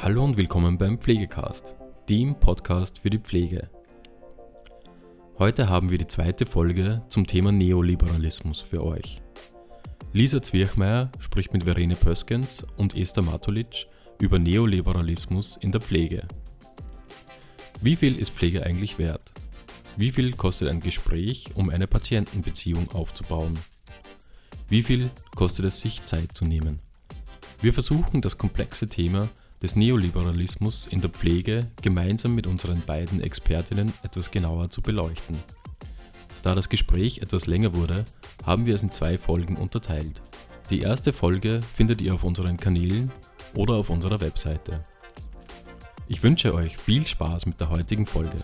Hallo und willkommen beim Pflegecast, dem Podcast für die Pflege. Heute haben wir die zweite Folge zum Thema Neoliberalismus für euch. Lisa Zwirchmeier spricht mit Verena Pöskens und Esther Matulic über Neoliberalismus in der Pflege. Wie viel ist Pflege eigentlich wert? Wie viel kostet ein Gespräch, um eine Patientenbeziehung aufzubauen? Wie viel kostet es sich, Zeit zu nehmen? Wir versuchen das komplexe Thema des Neoliberalismus in der Pflege gemeinsam mit unseren beiden Expertinnen etwas genauer zu beleuchten. Da das Gespräch etwas länger wurde, haben wir es in 2 Folgen unterteilt. Die erste Folge findet ihr auf unseren Kanälen oder auf unserer Webseite. Ich wünsche euch viel Spaß mit der heutigen Folge.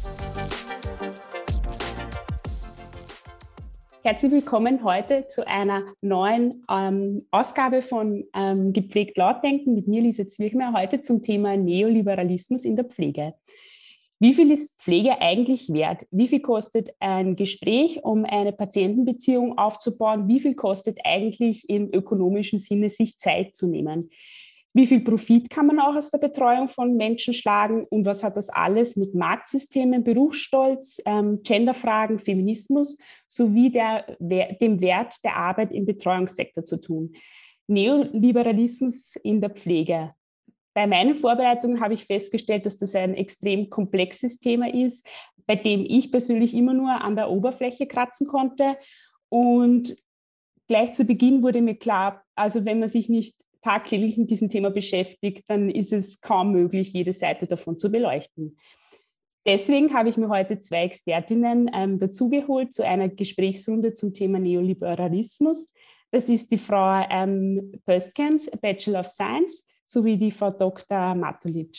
Herzlich willkommen heute zu einer neuen Ausgabe von Gepflegt Lautdenken mit mir, Lisa Zwirchmeier, heute zum Thema Neoliberalismus in der Pflege. Wie viel ist Pflege eigentlich wert? Wie viel kostet ein Gespräch, um eine Patientenbeziehung aufzubauen? Wie viel kostet eigentlich im ökonomischen Sinne, sich Zeit zu nehmen? Wie viel Profit kann man auch aus der Betreuung von Menschen schlagen? Und was hat das alles mit Marktsystemen, Berufsstolz, Genderfragen, Feminismus sowie dem Wert der Arbeit im Betreuungssektor zu tun? Neoliberalismus in der Pflege. Bei meinen Vorbereitungen habe ich festgestellt, dass das ein extrem komplexes Thema ist, bei dem ich persönlich immer nur an der Oberfläche kratzen konnte. Und gleich zu Beginn wurde mir klar, also wenn man sich nicht tagtäglich mit diesem Thema beschäftigt, dann ist es kaum möglich, jede Seite davon zu beleuchten. Deswegen habe ich mir heute 2 Expertinnen dazugeholt zu einer Gesprächsrunde zum Thema Neoliberalismus. Das ist die Frau Pöskens, Bachelor of Science, sowie die Frau Dr. Matulic.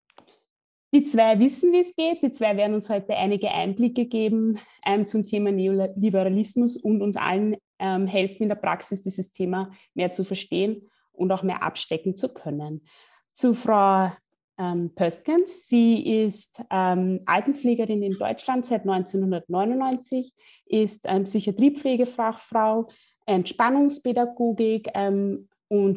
Die 2 wissen, wie es geht. Die 2 werden uns heute einige Einblicke geben zum Thema Neoliberalismus und uns allen helfen, in der Praxis dieses Thema mehr zu verstehen und auch mehr abstecken zu können. Zu Frau Pöskens. Sie ist Altenpflegerin in Deutschland seit 1999, ist Psychiatriepflegefachfrau, Entspannungspädagogik und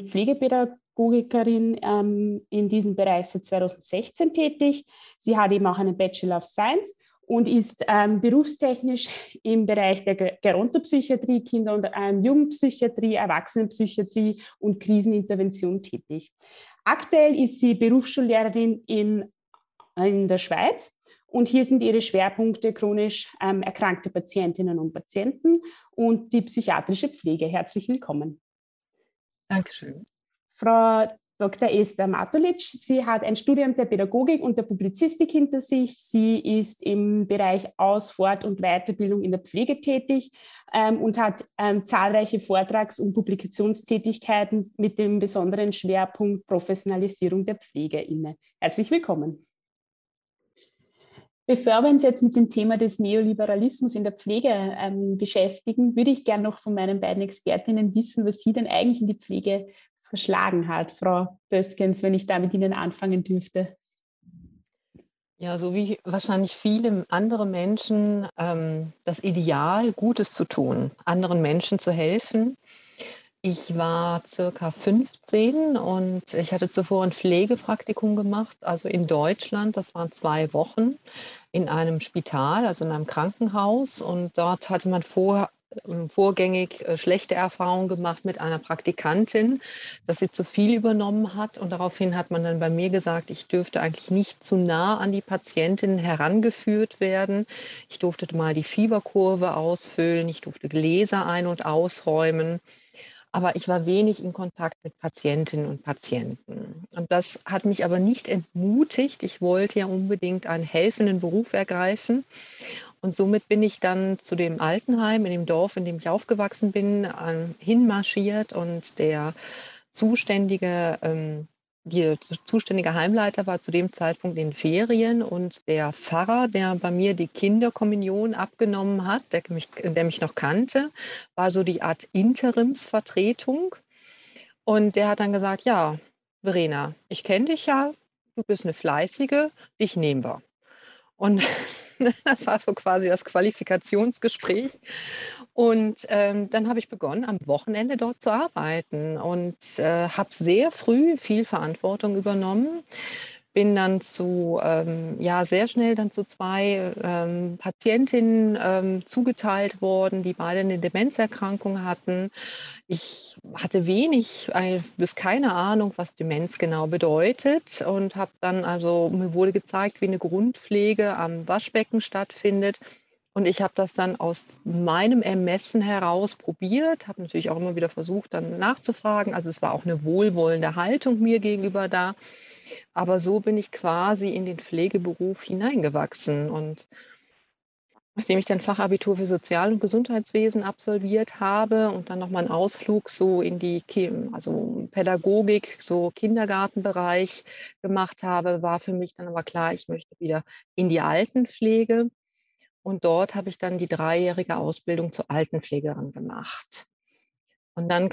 Pflegepädagogikerin in diesem Bereich seit 2016 tätig. Sie hat eben auch einen Bachelor of Science und ist berufstechnisch im Bereich der Gerontopsychiatrie, Kinder- und Jugendpsychiatrie, Erwachsenenpsychiatrie und Krisenintervention tätig. Aktuell ist sie Berufsschullehrerin in der Schweiz und hier sind ihre Schwerpunkte chronisch erkrankte Patientinnen und Patienten und die psychiatrische Pflege. Herzlich willkommen. Dankeschön. Frau Dr. Esther Matulic, sie hat ein Studium der Pädagogik und der Publizistik hinter sich. Sie ist im Bereich Aus-, Fort- und Weiterbildung in der Pflege tätig und hat zahlreiche Vortrags- und Publikationstätigkeiten mit dem besonderen Schwerpunkt Professionalisierung der Pflege inne. Herzlich willkommen. Bevor wir uns jetzt mit dem Thema des Neoliberalismus in der Pflege beschäftigen, würde ich gerne noch von meinen beiden Expertinnen wissen, was Sie denn eigentlich in die Pflege verschlagen hat, Frau Pöskens, wenn ich da mit Ihnen anfangen dürfte. Ja, so wie wahrscheinlich viele andere Menschen das Ideal, Gutes zu tun, anderen Menschen zu helfen. Ich war circa 15 und ich hatte zuvor ein Pflegepraktikum gemacht, also in Deutschland. Das waren 2 Wochen in einem Spital, also in einem Krankenhaus. Und dort hatte man vorgängig schlechte Erfahrungen gemacht mit einer Praktikantin, dass sie zu viel übernommen hat. Und daraufhin hat man dann bei mir gesagt, ich dürfte eigentlich nicht zu nah an die Patientin herangeführt werden. Ich durfte mal die Fieberkurve ausfüllen, ich durfte Gläser ein- und ausräumen. Aber ich war wenig in Kontakt mit Patientinnen und Patienten. Und das hat mich aber nicht entmutigt. Ich wollte ja unbedingt einen helfenden Beruf ergreifen. Und somit bin ich dann zu dem Altenheim in dem Dorf, in dem ich aufgewachsen bin, hinmarschiert. Und der zuständige Heimleiter war zu dem Zeitpunkt in Ferien und der Pfarrer, der bei mir die Kinderkommunion abgenommen hat, der mich noch kannte, war so die Art Interimsvertretung. Und der hat dann gesagt, ja, Verena, ich kenne dich ja, du bist eine Fleißige, dich nehmen wir. Und Das war so quasi das Qualifikationsgespräch. Und dann habe ich begonnen, am Wochenende dort zu arbeiten und habe sehr früh viel Verantwortung übernommen. Bin dann sehr schnell dann zu zwei Patientinnen zugeteilt worden, die beide eine Demenzerkrankung hatten. Ich hatte wenig bis keine Ahnung, was Demenz genau bedeutet, und habe dann also mir wurde gezeigt, wie eine Grundpflege am Waschbecken stattfindet. Und ich habe das dann aus meinem Ermessen heraus probiert, habe natürlich auch immer wieder versucht, dann nachzufragen. Also, es war auch eine wohlwollende Haltung mir gegenüber da. Aber so bin ich quasi in den Pflegeberuf hineingewachsen. Und nachdem ich dann Fachabitur für Sozial- und Gesundheitswesen absolviert habe und dann noch mal 'n Ausflug so in die Pädagogik, so Kindergartenbereich gemacht habe, war für mich dann aber klar, ich möchte wieder in die Altenpflege. Und dort habe ich dann die dreijährige Ausbildung zur Altenpflegerin gemacht. Und dann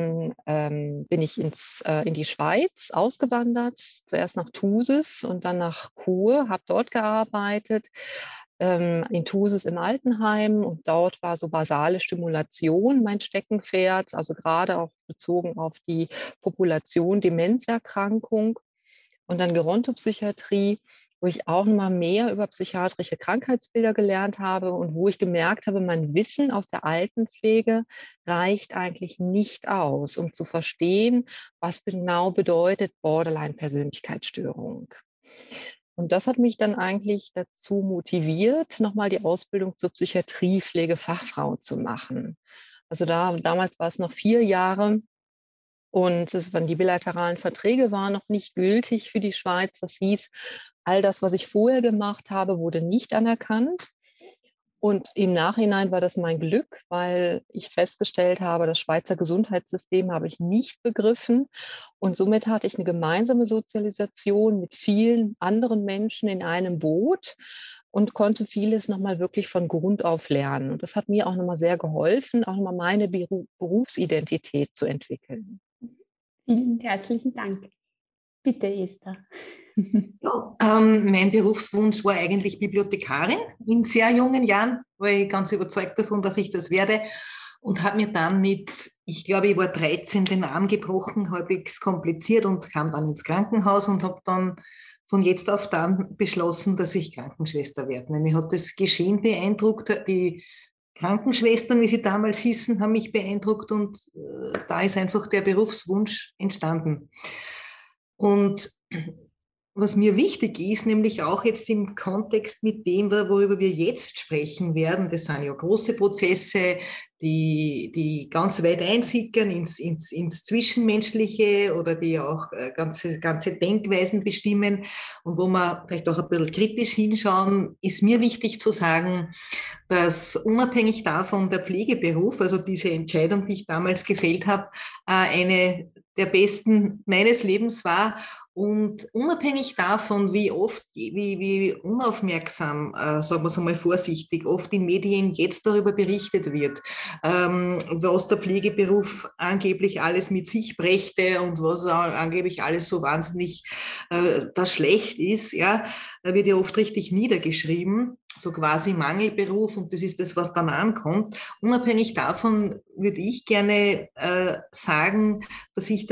bin ich in die Schweiz ausgewandert, zuerst nach Thusis und dann nach Chur, habe dort gearbeitet, in Thusis im Altenheim, und dort war so basale Stimulation mein Steckenpferd, also gerade auch bezogen auf die Population Demenzerkrankung, und dann Gerontopsychiatrie, wo ich auch noch mal mehr über psychiatrische Krankheitsbilder gelernt habe und wo ich gemerkt habe, mein Wissen aus der Altenpflege reicht eigentlich nicht aus, um zu verstehen, was genau bedeutet Borderline-Persönlichkeitsstörung. Und das hat mich dann eigentlich dazu motiviert, noch mal die Ausbildung zur Psychiatriepflegefachfrau zu machen. Also damals war es noch 4 Jahre, und die bilateralen Verträge waren noch nicht gültig für die Schweiz. Das hieß, all das, was ich vorher gemacht habe, wurde nicht anerkannt. Und im Nachhinein war das mein Glück, weil ich festgestellt habe, das Schweizer Gesundheitssystem habe ich nicht begriffen. Und somit hatte ich eine gemeinsame Sozialisation mit vielen anderen Menschen in einem Boot und konnte vieles noch mal wirklich von Grund auf lernen. Und das hat mir auch noch mal sehr geholfen, auch noch mal meine Berufsidentität zu entwickeln. Vielen herzlichen Dank. Bitte, Esther. Ja, mein Berufswunsch war eigentlich Bibliothekarin in sehr jungen Jahren, war ich ganz überzeugt davon, dass ich das werde, und habe mir dann ich glaube, ich war 13, den Arm gebrochen, halbwegs kompliziert, und kam dann ins Krankenhaus und habe dann von jetzt auf dann beschlossen, dass ich Krankenschwester werde. Mich hat das Geschehen beeindruckt, die Krankenschwestern, wie sie damals hießen, haben mich beeindruckt, und da ist einfach der Berufswunsch entstanden. Und was mir wichtig ist, nämlich auch jetzt im Kontext mit dem, worüber wir jetzt sprechen werden, das sind ja große Prozesse, die ganz weit einsickern ins Zwischenmenschliche, oder die auch ganze Denkweisen bestimmen, und wo wir vielleicht auch ein bisschen kritisch hinschauen, ist mir wichtig zu sagen, dass unabhängig davon der Pflegeberuf, also diese Entscheidung, die ich damals gefällt habe, eine der besten meines Lebens war. Und unabhängig davon, wie unaufmerksam, sagen wir es einmal vorsichtig, oft in Medien jetzt darüber berichtet wird, was der Pflegeberuf angeblich alles mit sich brächte und was angeblich alles so wahnsinnig da schlecht ist, ja, da wird ja oft richtig niedergeschrieben, so quasi Mangelberuf, und das ist das, was dann ankommt. Unabhängig davon würde ich gerne sagen, dass ich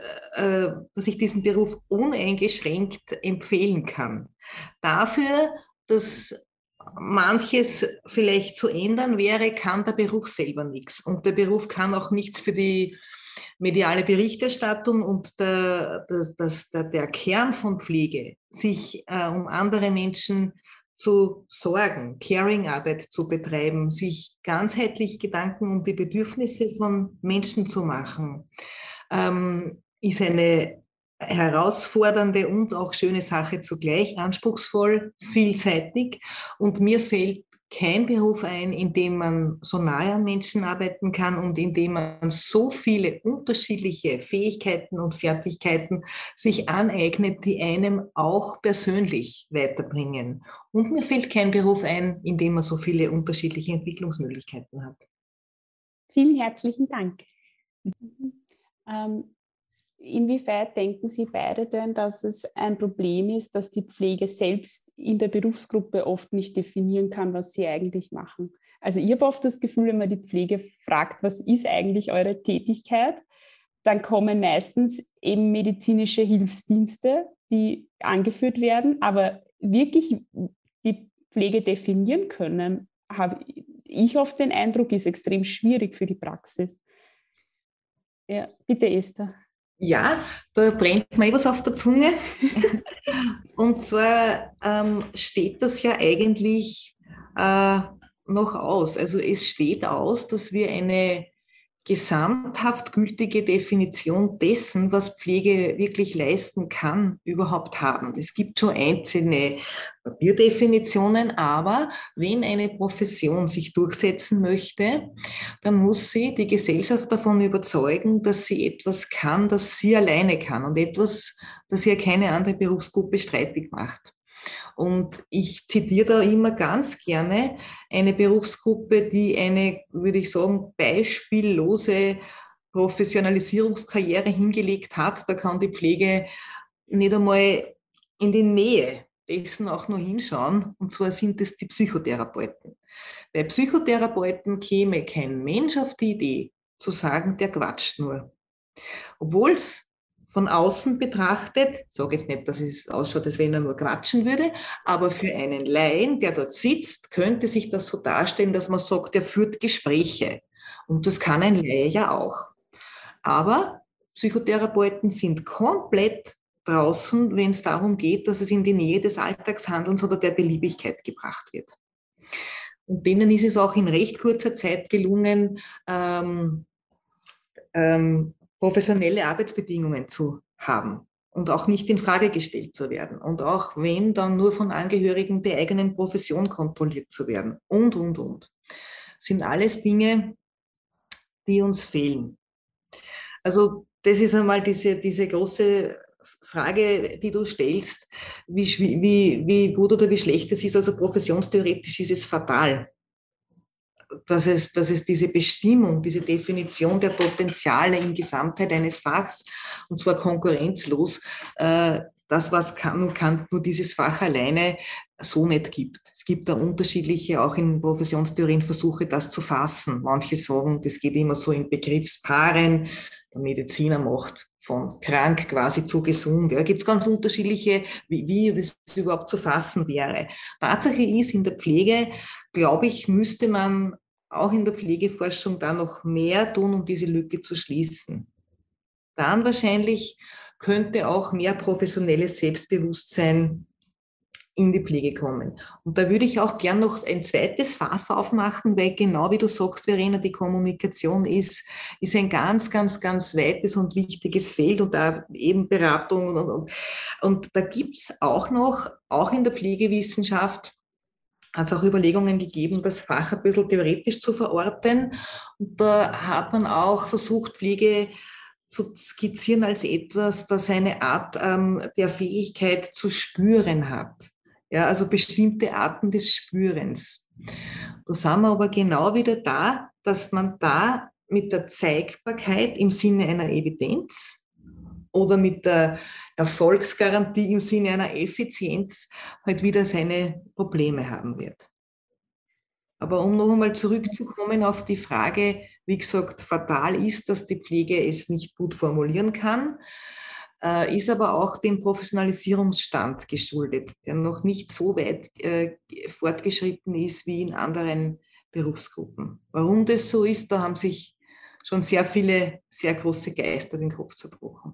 diesen Beruf uneingeschränkt empfehlen kann. Dafür, dass manches vielleicht zu ändern wäre, kann der Beruf selber nichts. Und der Beruf kann auch nichts für die mediale Berichterstattung, und der Kern von Pflege, sich um andere Menschen zu sorgen, Caring-Arbeit zu betreiben, sich ganzheitlich Gedanken um die Bedürfnisse von Menschen zu machen, ist eine herausfordernde und auch schöne Sache zugleich, anspruchsvoll, vielseitig, und mir fällt kein Beruf ein, in dem man so nahe an Menschen arbeiten kann und in dem man so viele unterschiedliche Fähigkeiten und Fertigkeiten sich aneignet, die einem auch persönlich weiterbringen. Und mir fällt kein Beruf ein, in dem man so viele unterschiedliche Entwicklungsmöglichkeiten hat. Vielen herzlichen Dank. inwieweit denken Sie beide denn, dass es ein Problem ist, dass die Pflege selbst in der Berufsgruppe oft nicht definieren kann, was sie eigentlich machen? Also ich habe oft das Gefühl, wenn man die Pflege fragt, was ist eigentlich eure Tätigkeit, dann kommen meistens eben medizinische Hilfsdienste, die angeführt werden, aber wirklich die Pflege definieren können, habe ich oft den Eindruck, ist extrem schwierig für die Praxis. Ja, bitte Esther. Ja, da brennt mir was auf der Zunge. Und zwar steht das ja eigentlich noch aus. Also es steht aus, dass wir eine gesamthaft gültige Definition dessen, was Pflege wirklich leisten kann, überhaupt haben. Es gibt schon einzelne Papierdefinitionen, aber wenn eine Profession sich durchsetzen möchte, dann muss sie die Gesellschaft davon überzeugen, dass sie etwas kann, das sie alleine kann und etwas, das ihr keine andere Berufsgruppe streitig macht. Und ich zitiere da immer ganz gerne eine Berufsgruppe, die eine, würde ich sagen, beispiellose Professionalisierungskarriere hingelegt hat. Da kann die Pflege nicht einmal in die Nähe dessen auch nur hinschauen. Und zwar sind es die Psychotherapeuten. Bei Psychotherapeuten käme kein Mensch auf die Idee zu sagen, der quatscht nur. Obwohl es von außen betrachtet, ich sage jetzt nicht, dass es ausschaut, als wenn er nur quatschen würde, aber für einen Laien, der dort sitzt, könnte sich das so darstellen, dass man sagt, er führt Gespräche. Und das kann ein Laie ja auch. Aber Psychotherapeuten sind komplett draußen, wenn es darum geht, dass es in die Nähe des Alltagshandelns oder der Beliebigkeit gebracht wird. Und denen ist es auch in recht kurzer Zeit gelungen, professionelle Arbeitsbedingungen zu haben und auch nicht in Frage gestellt zu werden. Und auch wenn, dann nur von Angehörigen der eigenen Profession kontrolliert zu werden. Und. Sind alles Dinge, die uns fehlen. Also das ist einmal diese große Frage, die du stellst, wie gut oder wie schlecht es ist. Also professionstheoretisch ist es fatal, dass es diese Bestimmung, diese Definition der Potenziale in Gesamtheit eines Fachs, und zwar konkurrenzlos, das, was kann nur dieses Fach alleine, so nicht gibt. Es gibt da unterschiedliche, auch in Professionstheorien, Versuche, das zu fassen. Manche sagen, das geht immer so in Begriffspaaren. Der Mediziner macht von krank quasi zu gesund. Da gibt es ganz unterschiedliche, wie das überhaupt zu fassen wäre. Tatsache ist, in der Pflege, glaube ich, müsste man auch in der Pflegeforschung da noch mehr tun, um diese Lücke zu schließen. Dann wahrscheinlich könnte auch mehr professionelles Selbstbewusstsein in die Pflege kommen. Und da würde ich auch gern noch ein zweites Fass aufmachen, weil genau wie du sagst, Verena, die Kommunikation ist ein ganz, ganz, ganz weites und wichtiges Feld und da eben Beratung und da gibt es auch noch, auch in der Pflegewissenschaft, hat es auch Überlegungen gegeben, das Fach ein bisschen theoretisch zu verorten. Und da hat man auch versucht, Pflege zu skizzieren als etwas, das eine Art der Fähigkeit zu spüren hat. Ja, also bestimmte Arten des Spürens. Da sind wir aber genau wieder da, dass man da mit der Zeigbarkeit im Sinne einer Evidenz oder mit der Erfolgsgarantie im Sinne einer Effizienz halt wieder seine Probleme haben wird. Aber um noch einmal zurückzukommen auf die Frage, wie gesagt, fatal ist, dass die Pflege es nicht gut formulieren kann, ist aber auch dem Professionalisierungsstand geschuldet, der noch nicht so weit fortgeschritten ist wie in anderen Berufsgruppen. Warum das so ist, da haben sich schon sehr viele, sehr große Geister den Kopf zerbrochen.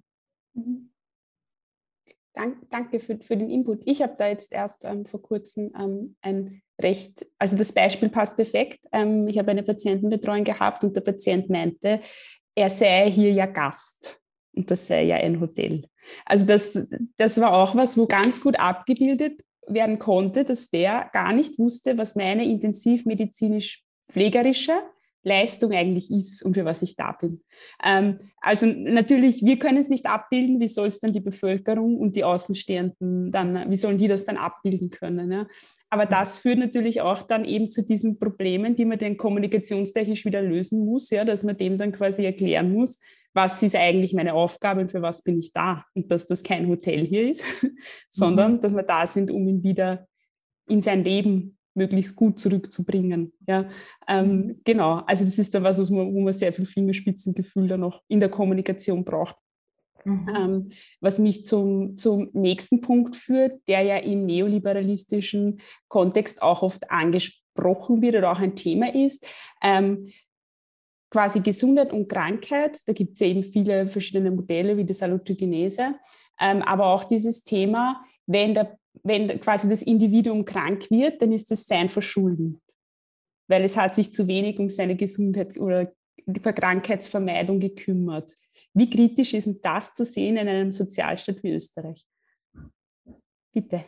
Danke für den Input. Ich habe da jetzt erst vor kurzem also das Beispiel passt perfekt. Ich habe eine Patientenbetreuung gehabt und der Patient meinte, er sei hier ja Gast und das sei ja ein Hotel. Also das war auch was, wo ganz gut abgebildet werden konnte, dass der gar nicht wusste, was meine intensivmedizinisch-pflegerische Leistung eigentlich ist und für was ich da bin. Also natürlich, wir können es nicht abbilden, wie soll es dann die Bevölkerung und die Außenstehenden dann, wie sollen die das dann abbilden können? Ja? Aber das führt natürlich auch dann eben zu diesen Problemen, die man dann kommunikationstechnisch wieder lösen muss, ja, dass man dem dann quasi erklären muss, was ist eigentlich meine Aufgabe und für was bin ich da? Und dass das kein Hotel hier ist, sondern dass wir da sind, um ihn wieder in sein Leben möglichst gut zurückzubringen. Ja, genau. Also das ist da was, wo man sehr viel Fingerspitzengefühl dann noch in der Kommunikation braucht. Was mich zum nächsten Punkt führt, der ja im neoliberalistischen Kontext auch oft angesprochen wird oder auch ein Thema ist. Quasi Gesundheit und Krankheit, da gibt es ja eben viele verschiedene Modelle wie die Salutogenese, aber auch dieses Thema, wenn quasi das Individuum krank wird, dann ist das sein Verschulden, weil es hat sich zu wenig um seine Gesundheit oder die Krankheitsvermeidung gekümmert. Wie kritisch ist denn das zu sehen in einem Sozialstaat wie Österreich? Bitte.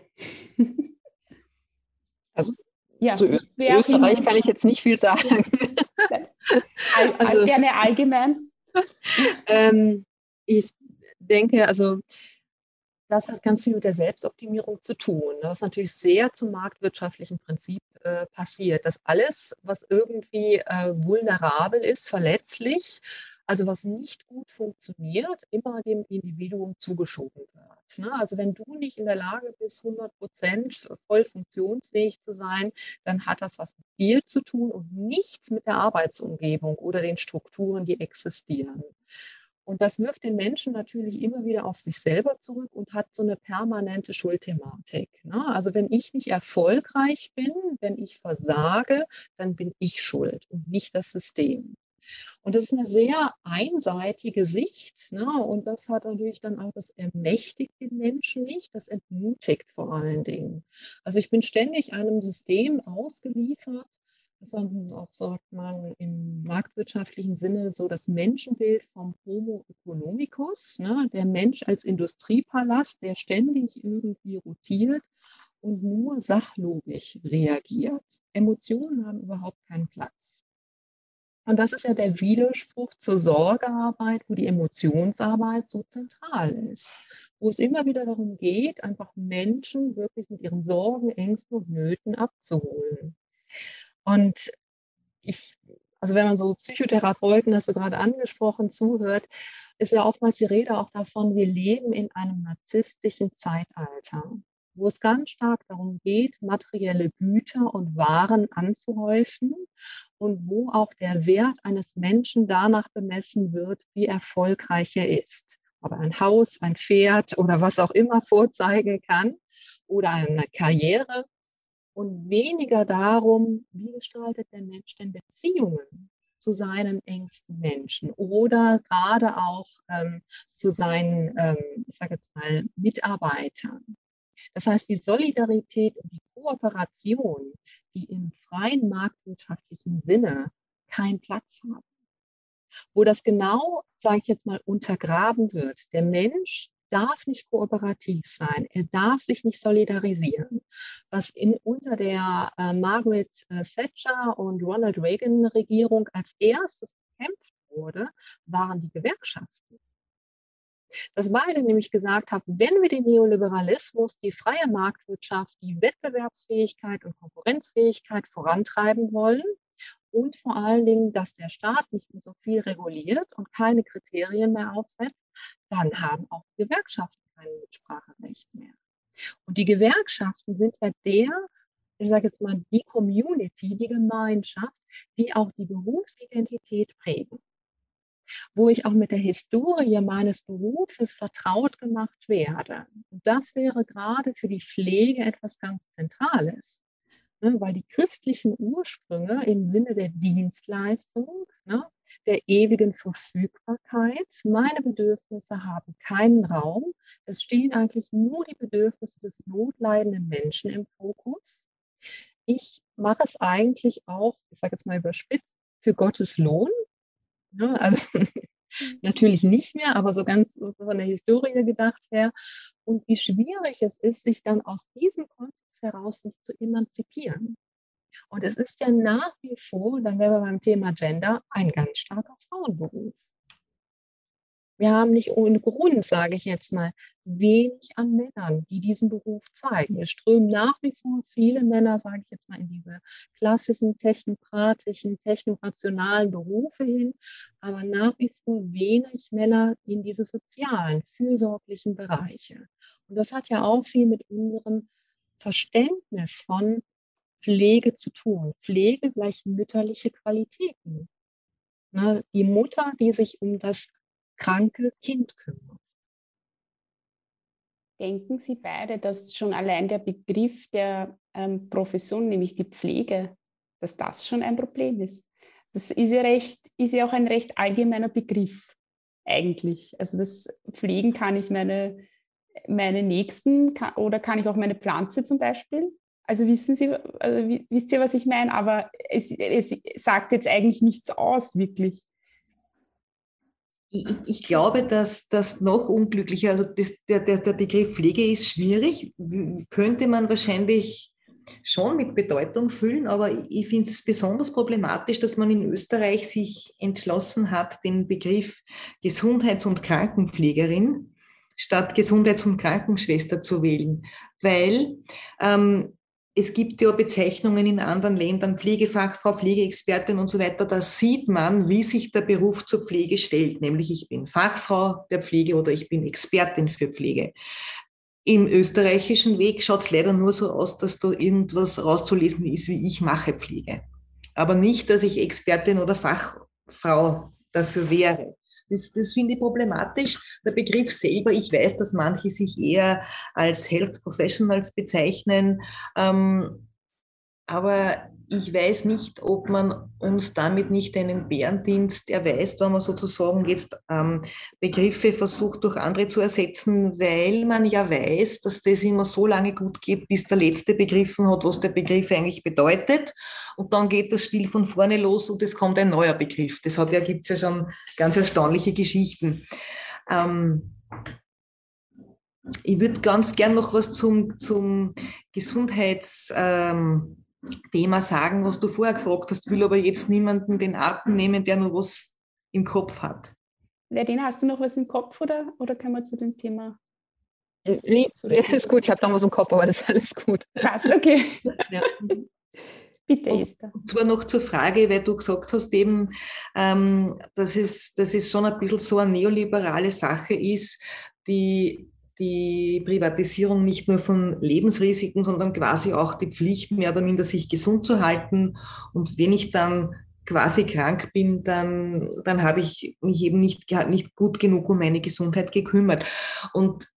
Also ja, zu Österreich kann ich jetzt nicht viel sagen. Also, gerne allgemein. Ich denke, also das hat ganz viel mit der Selbstoptimierung zu tun, was natürlich sehr zum marktwirtschaftlichen Prinzip passiert, dass alles, was irgendwie vulnerabel ist, verletzlich, also was nicht gut funktioniert, immer dem Individuum zugeschoben wird. Ne? Also wenn du nicht in der Lage bist, 100% voll funktionsfähig zu sein, dann hat das was mit dir zu tun und nichts mit der Arbeitsumgebung oder den Strukturen, die existieren. Und das wirft den Menschen natürlich immer wieder auf sich selber zurück und hat so eine permanente Schuldthematik. Ne? Also wenn ich nicht erfolgreich bin, wenn ich versage, dann bin ich schuld und nicht das System. Und das ist eine sehr einseitige Sicht. Ne? Und das hat natürlich dann auch, das ermächtigt den Menschen nicht, das entmutigt vor allen Dingen. Also ich bin ständig einem System ausgeliefert, das ist auch, sagt man, im marktwirtschaftlichen Sinne so das Menschenbild vom Homo economicus, ne? Der Mensch als Industriepalast, der ständig irgendwie rotiert und nur sachlogisch reagiert. Emotionen haben überhaupt keinen Platz. Und das ist ja der Widerspruch zur Sorgearbeit, wo die Emotionsarbeit so zentral ist, wo es immer wieder darum geht, einfach Menschen wirklich mit ihren Sorgen, Ängsten und Nöten abzuholen. Und also wenn man so Psychotherapeuten, das du gerade angesprochen, zuhört, ist ja oftmals die Rede auch davon, wir leben in einem narzisstischen Zeitalter, wo es ganz stark darum geht, materielle Güter und Waren anzuhäufen und wo auch der Wert eines Menschen danach bemessen wird, wie erfolgreich er ist. Ob er ein Haus, ein Pferd oder was auch immer vorzeigen kann oder eine Karriere. Und weniger darum, wie gestaltet der Mensch denn Beziehungen zu seinen engsten Menschen oder gerade auch zu seinen, ich sage jetzt mal, Mitarbeitern. Das heißt, die Solidarität und die Kooperation, die im freien marktwirtschaftlichen Sinne keinen Platz haben, wo das genau, sage ich jetzt mal, untergraben wird. Der Mensch darf nicht kooperativ sein, er darf sich nicht solidarisieren. Was unter der Margaret Thatcher und Ronald Reagan Regierung als erstes bekämpft wurde, waren die Gewerkschaften. Dass beide nämlich gesagt haben, wenn wir den Neoliberalismus, die freie Marktwirtschaft, die Wettbewerbsfähigkeit und Konkurrenzfähigkeit vorantreiben wollen, und vor allen Dingen, dass der Staat nicht mehr so viel reguliert und keine Kriterien mehr aufsetzt, dann haben auch die Gewerkschaften kein Mitspracherecht mehr. Und die Gewerkschaften sind ja ich sage jetzt mal, die Community, die Gemeinschaft, die auch die Berufsidentität prägen, wo ich auch mit der Historie meines Berufes vertraut gemacht werde. Und das wäre gerade für die Pflege etwas ganz Zentrales. Ne, weil die christlichen Ursprünge im Sinne der Dienstleistung, ne, der ewigen Verfügbarkeit, meine Bedürfnisse haben keinen Raum. Es stehen eigentlich nur die Bedürfnisse des notleidenden Menschen im Fokus. Ich mache es eigentlich auch, ich sage jetzt mal überspitzt, für Gottes Lohn. Ne, also natürlich nicht mehr, aber so ganz von der Historie gedacht her. Und wie schwierig es ist, sich dann aus diesem Kontext heraus nicht zu emanzipieren. Und es ist ja nach wie vor, dann wären wir beim Thema Gender, ein ganz starker Frauenberuf. Wir haben nicht ohne Grund, sage ich jetzt mal, wenig an Männern, die diesen Beruf zeigen. Es strömen nach wie vor viele Männer, sage ich jetzt mal, in diese klassischen technokratischen, technorationalen Berufe hin, aber nach wie vor wenig Männer in diese sozialen, fürsorglichen Bereiche. Und das hat ja auch viel mit unserem Verständnis von Pflege zu tun. Pflege gleich mütterliche Qualitäten. Ne? Die Mutter, die sich um das kranke Kind kümmert. Denken Sie beide, dass schon allein der Begriff der Profession, nämlich die Pflege, dass das schon ein Problem ist? Das ist ja auch ein recht allgemeiner Begriff eigentlich. Also das Pflegen kann ich meine Nächsten oder kann ich auch meine Pflanze zum Beispiel. Also wisst ihr, was ich meine? Aber es sagt jetzt eigentlich nichts aus, wirklich. Ich glaube, dass das noch unglücklicher, also der Begriff Pflege ist schwierig, könnte man wahrscheinlich schon mit Bedeutung füllen, aber ich finde es besonders problematisch, dass man in Österreich sich entschlossen hat, den Begriff Gesundheits- und Krankenpflegerin statt Gesundheits- und Krankenschwester zu wählen, weil es gibt ja Bezeichnungen in anderen Ländern, Pflegefachfrau, Pflegeexpertin und so weiter. Da sieht man, wie sich der Beruf zur Pflege stellt, nämlich ich bin Fachfrau der Pflege oder ich bin Expertin für Pflege. Im österreichischen Weg schaut es leider nur so aus, dass da irgendwas rauszulesen ist, wie ich mache Pflege. Aber nicht, dass ich Expertin oder Fachfrau dafür wäre. Das finde ich problematisch. Der Begriff selber, ich weiß, dass manche sich eher als Health Professionals bezeichnen, aber ich weiß nicht, ob man uns damit nicht einen Bärendienst erweist, wenn man sozusagen jetzt Begriffe versucht, durch andere zu ersetzen, weil man ja weiß, dass das immer so lange gut geht, bis der Letzte begriffen hat, was der Begriff eigentlich bedeutet. Und dann geht das Spiel von vorne los und es kommt ein neuer Begriff. Gibt es ja schon ganz erstaunliche Geschichten. Ich würde ganz gern noch was zum Gesundheitsthema sagen, was du vorher gefragt hast, will aber jetzt niemanden den Atem nehmen, der nur was im Kopf hat. Verdina, hast du noch was im Kopf oder können wir zu dem Thema? Nee, das ist gut, ich habe noch was im Kopf, aber das ist alles gut. Passt, okay. Ja. Bitte, Esther. Und zwar noch zur Frage, weil du gesagt hast eben, dass es schon ein bisschen so eine neoliberale Sache ist, die Privatisierung nicht nur von Lebensrisiken, sondern quasi auch die Pflicht, mehr oder minder sich gesund zu halten. Und wenn ich dann quasi krank bin, dann habe ich mich eben nicht gut genug um meine Gesundheit gekümmert. Und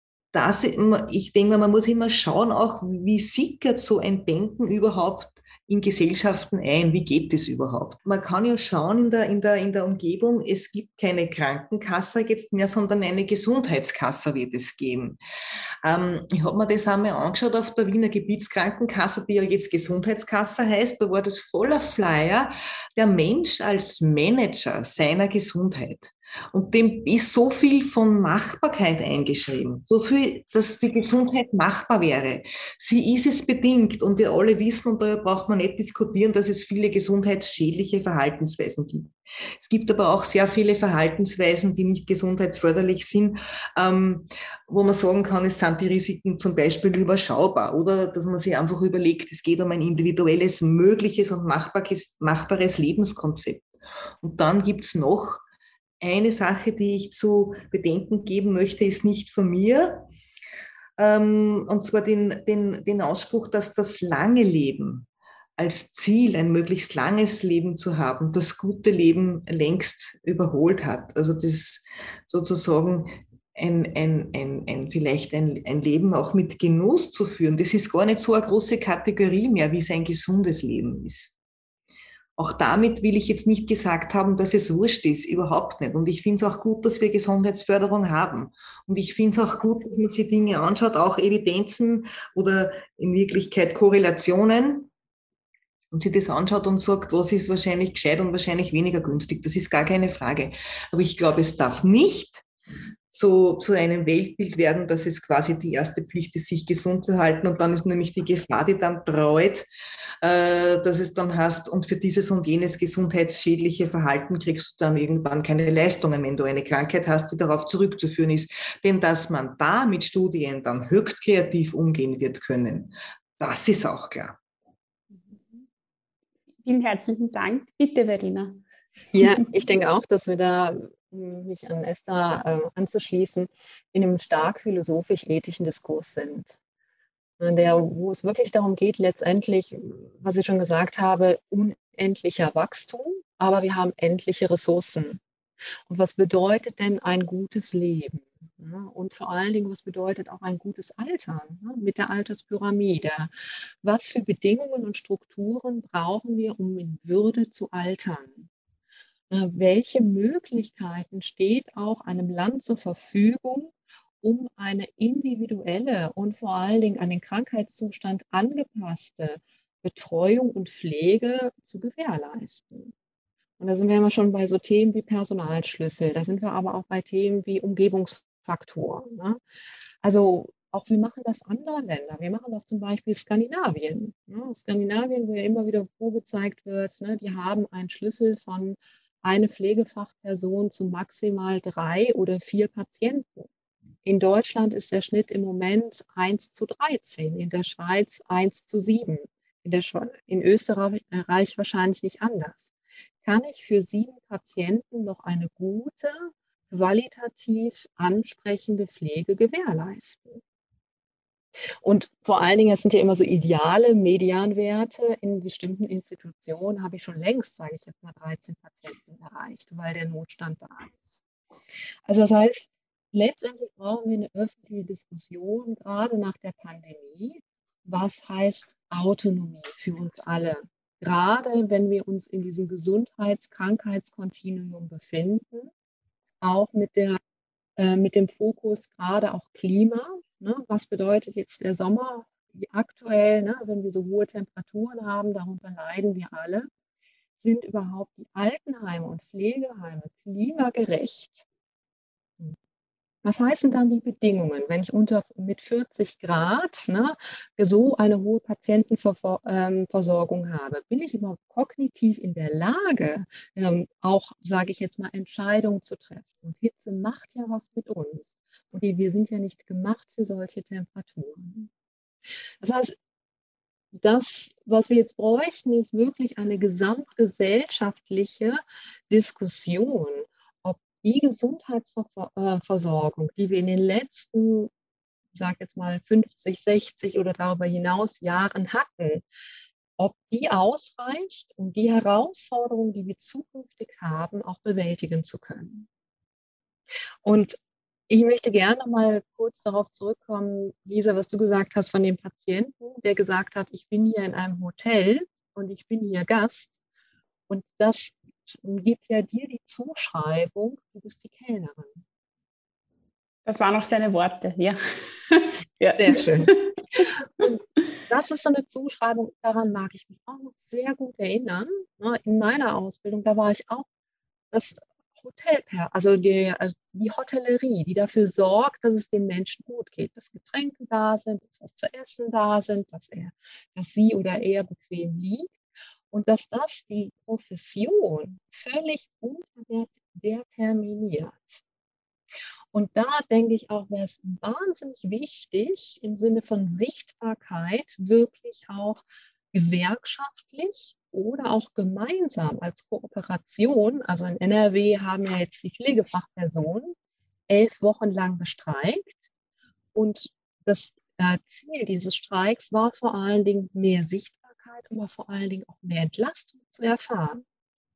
ich denke, man muss immer schauen, auch wie sickert so ein Denken überhaupt in Gesellschaften ein? Wie geht das überhaupt? Man kann ja schauen in der Umgebung, es gibt keine Krankenkasse jetzt mehr, sondern eine Gesundheitskasse wird es geben. Ich habe mir das einmal angeschaut auf der Wiener Gebietskrankenkasse, die ja jetzt Gesundheitskasse heißt. Da war das voller Flyer, der Mensch als Manager seiner Gesundheit. Und dem ist so viel von Machbarkeit eingeschrieben, so viel, dass die Gesundheit machbar wäre. Sie ist es bedingt und wir alle wissen, und da braucht man nicht diskutieren, dass es viele gesundheitsschädliche Verhaltensweisen gibt. Es gibt aber auch sehr viele Verhaltensweisen, die nicht gesundheitsförderlich sind, wo man sagen kann, es sind die Risiken zum Beispiel überschaubar oder dass man sich einfach überlegt, es geht um ein individuelles, mögliches und machbares Lebenskonzept. Und dann gibt es noch eine Sache, die ich zu bedenken geben möchte, ist nicht von mir, und zwar den Ausspruch, dass das lange Leben als Ziel, ein möglichst langes Leben zu haben, das gute Leben längst überholt hat. Also das sozusagen vielleicht ein Leben auch mit Genuss zu führen, das ist gar nicht so eine große Kategorie mehr, wie es ein gesundes Leben ist. Auch damit will ich jetzt nicht gesagt haben, dass es wurscht ist, überhaupt nicht. Und ich finde es auch gut, dass wir Gesundheitsförderung haben. Und ich finde es auch gut, dass man sich Dinge anschaut, auch Evidenzen oder in Wirklichkeit Korrelationen, und sich das anschaut und sagt, was ist wahrscheinlich gescheit und wahrscheinlich weniger günstig. Das ist gar keine Frage. Aber ich glaube, es darf nicht so zu einem Weltbild werden, dass es quasi die erste Pflicht ist, sich gesund zu halten. Und dann ist nämlich die Gefahr, die dann treut, dass es dann hast, und für dieses und jenes gesundheitsschädliche Verhalten kriegst du dann irgendwann keine Leistungen, wenn du eine Krankheit hast, die darauf zurückzuführen ist. Denn dass man da mit Studien dann höchst kreativ umgehen wird können, das ist auch klar. Vielen herzlichen Dank. Bitte, Verena. Ja, ich denke auch, dass wir da, mich an Esther anzuschließen, in einem stark philosophisch-ethischen Diskurs sind. Wo es wirklich darum geht, letztendlich, was ich schon gesagt habe, unendlicher Wachstum, aber wir haben endliche Ressourcen. Und was bedeutet denn ein gutes Leben? Ja, und vor allen Dingen, was bedeutet auch ein gutes Altern, ja, mit der Alterspyramide? Was für Bedingungen und Strukturen brauchen wir, um in Würde zu altern? Welche Möglichkeiten steht auch einem Land zur Verfügung, um eine individuelle und vor allen Dingen an den Krankheitszustand angepasste Betreuung und Pflege zu gewährleisten? Und da sind wir immer schon bei so Themen wie Personalschlüssel. Da sind wir aber auch bei Themen wie Umgebungsfaktoren. Ne? Also auch, wie machen das andere Länder? Wir machen das zum Beispiel Skandinavien. Ne? Skandinavien, wo ja immer wieder vorgezeigt wird, ne, die haben einen Schlüssel von eine Pflegefachperson zu maximal 3 oder 4 Patienten. In Deutschland ist der Schnitt im Moment 1:13, in der Schweiz 1:7, in Österreich wahrscheinlich nicht anders. Kann ich für 7 Patienten noch eine gute, qualitativ ansprechende Pflege gewährleisten? Und vor allen Dingen, es sind ja immer so ideale Medianwerte. In bestimmten Institutionen habe ich schon längst, sage ich jetzt mal, 13 Patienten erreicht, weil der Notstand da ist. Also das heißt, letztendlich brauchen wir eine öffentliche Diskussion, gerade nach der Pandemie. Was heißt Autonomie für uns alle? Gerade wenn wir uns in diesem Gesundheits-Krankheitskontinuum befinden, auch mit dem Fokus gerade auch Klima. Ne? Was bedeutet jetzt der Sommer aktuell, ne? Wenn wir so hohe Temperaturen haben, darunter leiden wir alle. Sind überhaupt die Altenheime und Pflegeheime klimagerecht? Was heißen dann die Bedingungen, wenn ich mit 40 Grad, ne, so eine hohe Patientenversorgung habe? Bin ich überhaupt kognitiv in der Lage, auch, sage ich jetzt mal, Entscheidungen zu treffen? Und Hitze macht ja was mit uns. Und wir sind ja nicht gemacht für solche Temperaturen. Das heißt, das, was wir jetzt bräuchten, ist wirklich eine gesamtgesellschaftliche Diskussion, ob die Gesundheitsversorgung, die wir in den letzten, sag jetzt mal 50, 60 oder darüber hinaus Jahren hatten, ob die ausreicht, um die Herausforderungen, die wir zukünftig haben, auch bewältigen zu können. Und ich möchte gerne noch mal kurz darauf zurückkommen, Lisa, was du gesagt hast von dem Patienten, der gesagt hat, ich bin hier in einem Hotel und ich bin hier Gast. Und das gibt ja dir die Zuschreibung, du bist die Kellnerin. Das waren auch seine Worte, ja. Ja. Sehr schön. Und das ist so eine Zuschreibung, daran mag ich mich auch noch sehr gut erinnern. In meiner Ausbildung, da war ich auch das also die Hotellerie, die dafür sorgt, dass es den Menschen gut geht, dass Getränke da sind, dass was zu essen da sind, dass sie oder er bequem liegt und dass das die Profession völlig unterdeterminiert. Und da denke ich auch, wäre es wahnsinnig wichtig, im Sinne von Sichtbarkeit wirklich auch gewerkschaftlich oder auch gemeinsam als Kooperation. Also in NRW haben ja jetzt die Pflegefachpersonen 11 Wochen lang gestreikt. Und das Ziel dieses Streiks war vor allen Dingen mehr Sichtbarkeit, aber vor allen Dingen auch mehr Entlastung zu erfahren.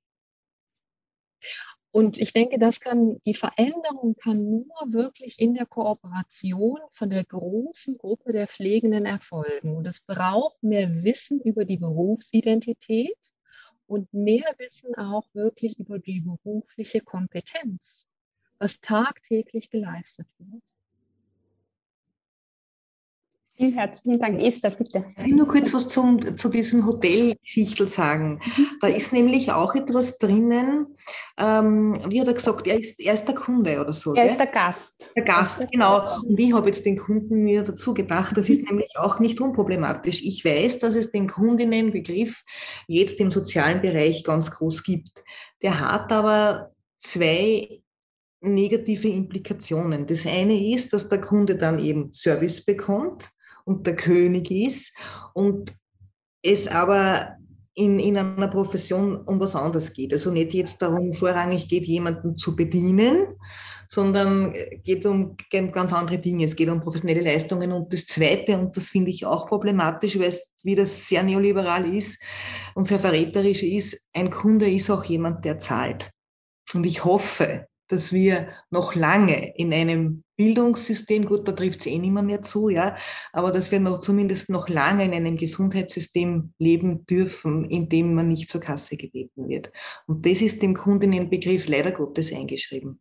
Und ich denke, die Veränderung kann nur wirklich in der Kooperation von der großen Gruppe der Pflegenden erfolgen. Und es braucht mehr Wissen über die Berufsidentität und mehr Wissen auch wirklich über die berufliche Kompetenz, was tagtäglich geleistet wird. Vielen herzlichen Dank. Esther, bitte. Ich will nur kurz was zu diesem Hotelgeschichtel sagen. Da ist nämlich auch etwas drinnen, wie hat er gesagt, er ist der Kunde oder so. Er gell? ist der Gast. Der Gast, genau. Und ich habe jetzt den Kunden mir dazu gedacht, das ist nämlich auch nicht unproblematisch. Ich weiß, dass es den Kundinnenbegriff jetzt im sozialen Bereich ganz groß gibt. Der hat aber zwei negative Implikationen. Das eine ist, dass der Kunde dann eben Service bekommt und der König ist und es aber in einer Profession um was anderes geht. Also nicht jetzt darum, vorrangig geht, jemanden zu bedienen, sondern geht um ganz andere Dinge. Es geht um professionelle Leistungen. Und das Zweite, und das finde ich auch problematisch, weil es wieder sehr neoliberal ist und sehr verräterisch ist, ein Kunde ist auch jemand, der zahlt. Und ich hoffe, dass wir noch lange in einem Bildungssystem, gut, da trifft es eh nicht mehr zu, ja, aber dass wir zumindest noch lange in einem Gesundheitssystem leben dürfen, in dem man nicht zur Kasse gebeten wird. Und das ist dem Kundinnenbegriff leider Gottes eingeschrieben.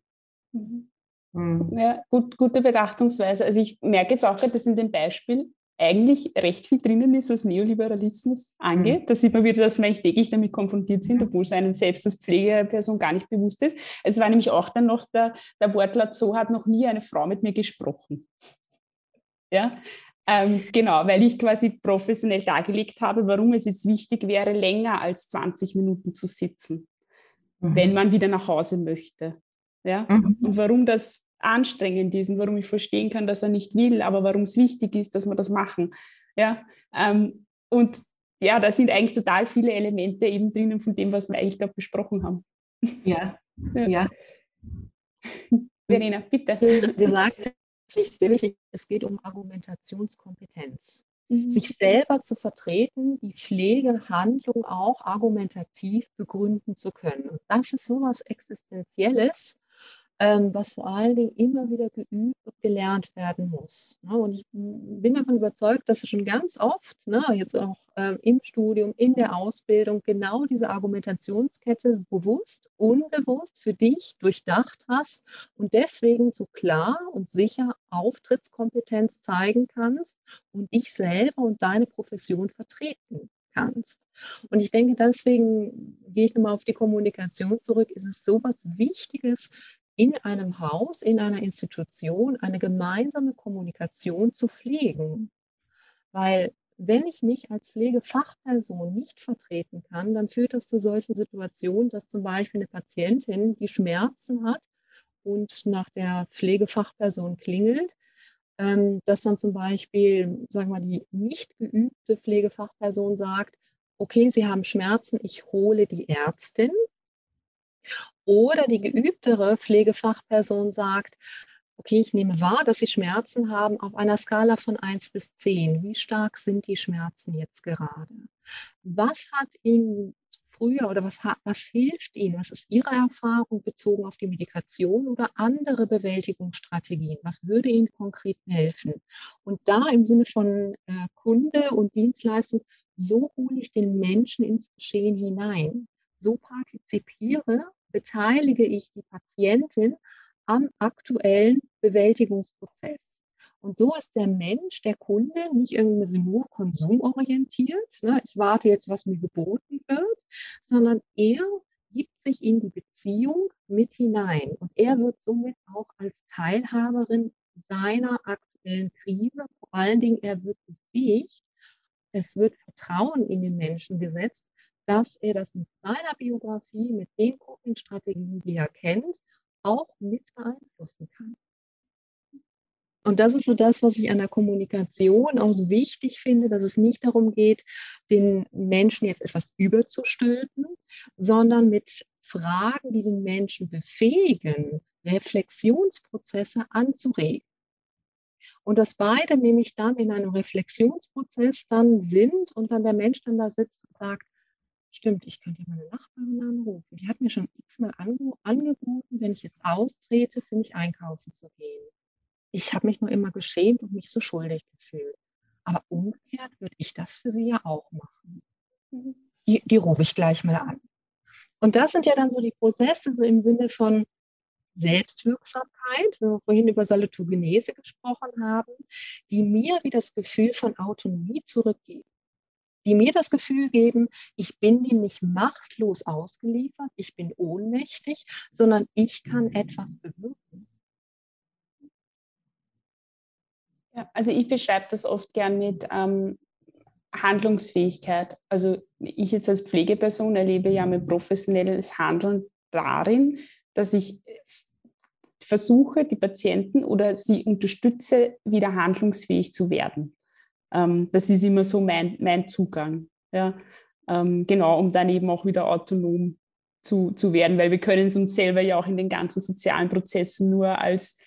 Ja, gute Betrachtungsweise. Also ich merke jetzt auch gerade, dass in dem Beispiel eigentlich recht viel drinnen ist, was Neoliberalismus angeht. Da sieht man wieder, dass wir eigentlich täglich damit konfrontiert sind, obwohl es einem selbst als Pflegeperson gar nicht bewusst ist. Es war nämlich auch dann noch der Wortlaut, so hat noch nie eine Frau mit mir gesprochen. Ja, genau, weil ich quasi professionell dargelegt habe, warum es jetzt wichtig wäre, länger als 20 Minuten zu sitzen, wenn man wieder nach Hause möchte. Ja? Und warum das anstrengend ist und warum ich verstehen kann, dass er nicht will, aber warum es wichtig ist, dass wir das machen. Ja? Und ja, da sind eigentlich total viele Elemente eben drinnen von dem, was wir eigentlich gerade besprochen haben. Ja, ja. Verena, bitte. Gesagt, sehr wichtig, es geht um Argumentationskompetenz. Sich selber zu vertreten, die Pflegehandlung auch argumentativ begründen zu können. Und das ist sowas Existenzielles, was vor allen Dingen immer wieder geübt und gelernt werden muss. Und ich bin davon überzeugt, dass du schon ganz oft, jetzt auch im Studium, in der Ausbildung, genau diese Argumentationskette bewusst, unbewusst für dich durchdacht hast und deswegen so klar und sicher Auftrittskompetenz zeigen kannst und dich selber und deine Profession vertreten kannst. Und ich denke, deswegen gehe ich nochmal auf die Kommunikation zurück, ist es so was Wichtiges, in einem Haus, in einer Institution eine gemeinsame Kommunikation zu pflegen. Weil wenn ich mich als Pflegefachperson nicht vertreten kann, dann führt das zu solchen Situationen, dass zum Beispiel eine Patientin, die Schmerzen hat und nach der Pflegefachperson klingelt, dass dann zum Beispiel, sagen wir mal, die nicht geübte Pflegefachperson sagt, okay, Sie haben Schmerzen, ich hole die Ärztin. Oder die geübtere Pflegefachperson sagt, okay, ich nehme wahr, dass Sie Schmerzen haben auf einer Skala von 1 bis 10. Wie stark sind die Schmerzen jetzt gerade? Was hat Ihnen früher oder was hilft Ihnen? Was ist Ihre Erfahrung bezogen auf die Medikation oder andere Bewältigungsstrategien? Was würde Ihnen konkret helfen? Und da im Sinne von Kunde und Dienstleistung, so hole ich den Menschen ins Geschehen hinein. So beteilige ich die Patientin am aktuellen Bewältigungsprozess. Und so ist der Mensch, der Kunde, nicht irgendwie nur konsumorientiert. Ich warte jetzt, was mir geboten wird, sondern er gibt sich in die Beziehung mit hinein. Und er wird somit auch als Teilhaberin seiner aktuellen Krise, vor allen Dingen, er wird befähigt, es wird Vertrauen in den Menschen gesetzt, dass er das mit seiner Biografie, mit den Coping-Strategien, die er kennt, auch mit beeinflussen kann. Und das ist so das, was ich an der Kommunikation auch so wichtig finde, dass es nicht darum geht, den Menschen jetzt etwas überzustülpen, sondern mit Fragen, die den Menschen befähigen, Reflexionsprozesse anzuregen. Und dass beide nämlich dann in einem Reflexionsprozess dann sind und dann der Mensch dann da sitzt und sagt, stimmt, ich könnte meine Nachbarin anrufen. Die hat mir schon x-mal angeboten, wenn ich jetzt austrete, für mich einkaufen zu gehen. Ich habe mich nur immer geschämt und mich so schuldig gefühlt. Aber umgekehrt würde ich das für sie ja auch machen. Die rufe ich gleich mal an. Und das sind ja dann so die Prozesse so im Sinne von Selbstwirksamkeit, wenn wir vorhin über Salutogenese gesprochen haben, die mir wie das Gefühl von Autonomie zurückgeben, die mir das Gefühl geben, ich bin dem nicht machtlos ausgeliefert, ich bin ohnmächtig, sondern ich kann etwas bewirken. Ja, also ich beschreibe das oft gern mit Handlungsfähigkeit. Also ich jetzt als Pflegeperson erlebe ja mein professionelles Handeln darin, dass ich versuche, die Patienten oder sie unterstütze, wieder handlungsfähig zu werden. Das ist immer so mein Zugang. Ja? Genau, um dann eben auch wieder autonom zu werden, weil wir können es uns selber ja auch in den ganzen sozialen Prozessen nur als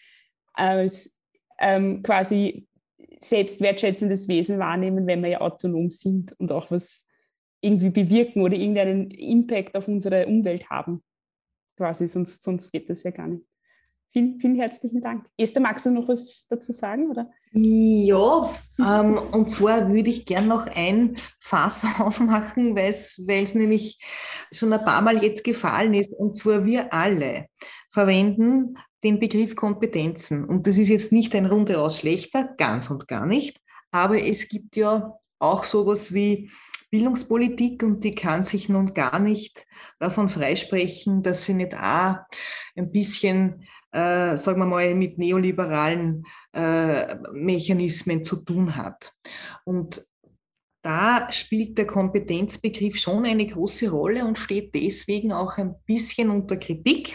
quasi selbstwertschätzendes Wesen wahrnehmen, wenn wir ja autonom sind und auch was irgendwie bewirken oder irgendeinen Impact auf unsere Umwelt haben. Quasi, sonst geht das ja gar nicht. Vielen, vielen herzlichen Dank. Esther, magst du noch was dazu sagen? Oder? Ja, und zwar würde ich gern noch ein Fass aufmachen, weil es nämlich schon ein paar Mal jetzt gefallen ist. Und zwar wir alle verwenden den Begriff Kompetenzen. Und das ist jetzt nicht ein runderaus schlechter, ganz und gar nicht. Aber es gibt ja auch sowas wie Bildungspolitik und die kann sich nun gar nicht davon freisprechen, dass sie nicht auch ein bisschen, sagen wir mal, mit neoliberalen Mechanismen zu tun hat. Und da spielt der Kompetenzbegriff schon eine große Rolle und steht deswegen auch ein bisschen unter Kritik,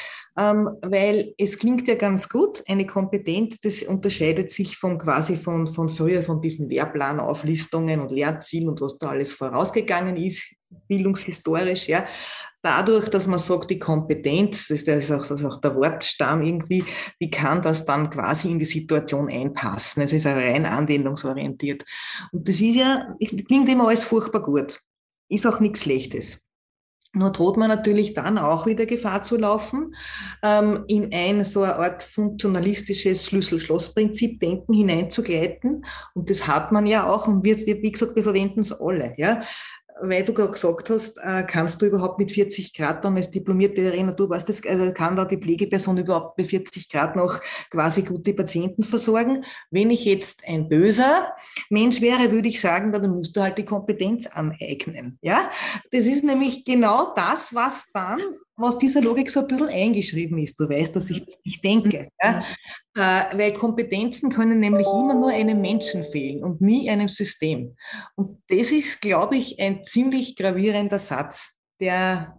weil es klingt ja ganz gut, eine Kompetenz, das unterscheidet sich von früher, von diesen Lehrplanauflistungen und Lehrzielen und was da alles vorausgegangen ist, bildungshistorisch, ja. Dadurch, dass man sagt, die Kompetenz, das ist auch der Wortstamm irgendwie, die kann das dann quasi in die Situation einpassen. Es ist ja rein anwendungsorientiert. Und das ist ja, klingt immer alles furchtbar gut. Ist auch nichts Schlechtes. Nur droht man natürlich dann auch wieder Gefahr zu laufen, in ein so eine Art funktionalistisches Schlüssel-Schloss-Prinzip-Denken hineinzugleiten. Und das hat man ja auch und wie gesagt, wir verwenden es alle. Ja? Weil du gerade gesagt hast, kannst du überhaupt mit 40 Grad dann als diplomierte Renatur, weißt das, also kann da die Pflegeperson überhaupt bei 40 Grad noch quasi gute Patienten versorgen? Wenn ich jetzt ein böser Mensch wäre, würde ich sagen, dann musst du halt die Kompetenz aneignen. Ja? Das ist nämlich genau das, was dieser Logik so ein bisschen eingeschrieben ist. Du weißt, dass ich das nicht denke. Ja? Weil Kompetenzen können nämlich immer nur einem Menschen fehlen und nie einem System. Und das ist, glaube ich, ein ziemlich gravierender Satz, der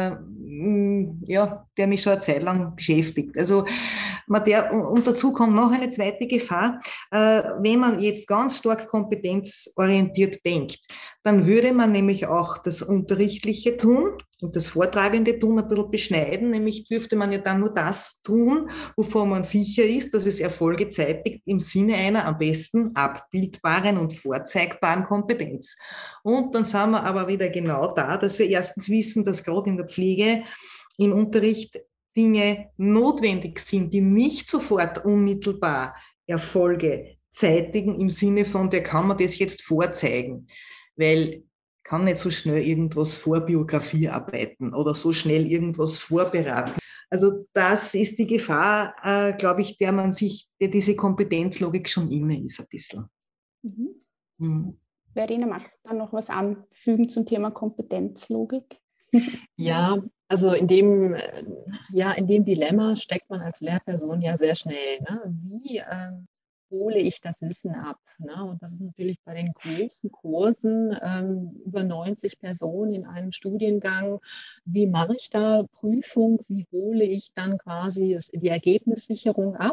mich schon eine Zeit lang beschäftigt. Also, und dazu kommt noch eine zweite Gefahr. Wenn man jetzt ganz stark kompetenzorientiert denkt, dann würde man nämlich auch das Unterrichtliche tun und das Vortragende tun ein bisschen beschneiden. Nämlich dürfte man ja dann nur das tun, wovon man sicher ist, dass es Erfolge zeitigt im Sinne einer am besten abbildbaren und vorzeigbaren Kompetenz. Und dann sind wir aber wieder genau da, dass wir erstens wissen, dass gerade in der Pflege im Unterricht Dinge notwendig sind, die nicht sofort unmittelbar Erfolge zeitigen im Sinne von, der kann man das jetzt vorzeigen, weil kann nicht so schnell irgendwas vor Biografie arbeiten oder so schnell irgendwas vorberaten. Also das ist die Gefahr, glaube ich, der diese Kompetenzlogik schon inne ist ein bisschen. Mhm. Verena, magst du da noch was anfügen zum Thema Kompetenzlogik? Ja, also in dem Dilemma steckt man als Lehrperson ja sehr schnell. Ne? Wie hole ich das Wissen ab? Ne? Und das ist natürlich bei den großen Kursen, über 90 Personen in einem Studiengang. Wie mache ich da Prüfung? Wie hole ich dann quasi die Ergebnissicherung ab?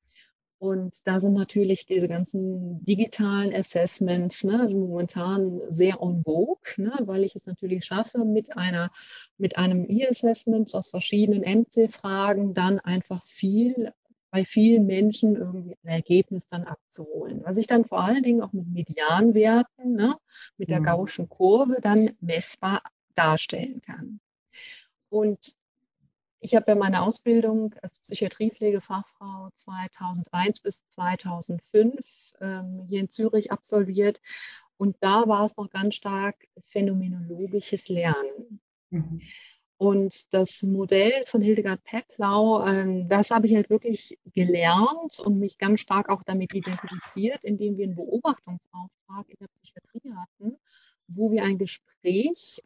Und da sind natürlich diese ganzen digitalen Assessments, ne, momentan sehr en vogue, ne, weil ich es natürlich schaffe, mit einem E-Assessment aus verschiedenen MC-Fragen dann einfach bei vielen Menschen irgendwie ein Ergebnis dann abzuholen. Was ich dann vor allen Dingen auch mit Medianwerten, ne, mit der Gaußschen Kurve dann messbar darstellen kann. Und ich habe ja meine Ausbildung als Psychiatriepflegefachfrau 2001 bis 2005 hier in Zürich absolviert. Und da war es noch ganz stark phänomenologisches Lernen. Mhm. Und das Modell von Hildegard Peplau, das habe ich halt wirklich gelernt und mich ganz stark auch damit identifiziert, indem wir einen Beobachtungsauftrag in der Psychiatrie hatten, wo wir ein Gespräch